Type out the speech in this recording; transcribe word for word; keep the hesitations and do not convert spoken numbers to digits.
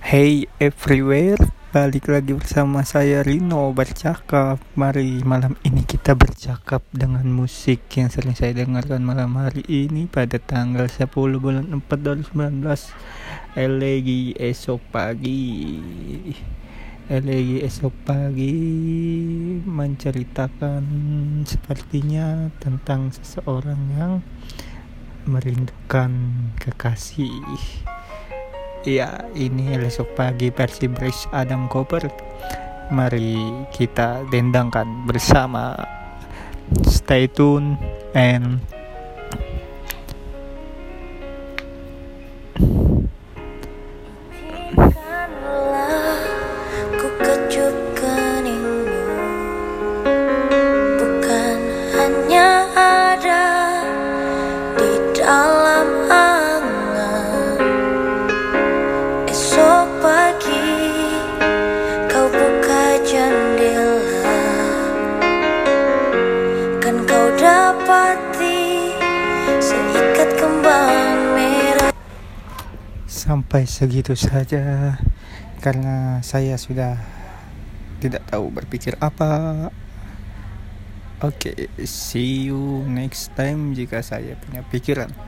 Hey everywhere, balik lagi bersama saya Rino bercakap. Mari malam ini kita bercakap dengan musik yang sering saya dengarkan malam hari ini pada tanggal sepuluh bulan empat dua ribu sembilan belas. Elegi esok pagi Elegi esok pagi menceritakan sepertinya tentang seseorang yang merindukan kekasih. Ya, ini esok pagi versi Brace Adam Cooper. Mari kita dendangkan bersama. Stay tune and Izinkanlah ku kecup keningmu, bukan hanya ada di dalam angan. Esok pagi kau buka jendela, kan kau dapati seikat kembang merah. sampai segitu saja karena saya sudah tidak tahu berpikir apa. Oke, okay, see you next time jika saya punya pikiran.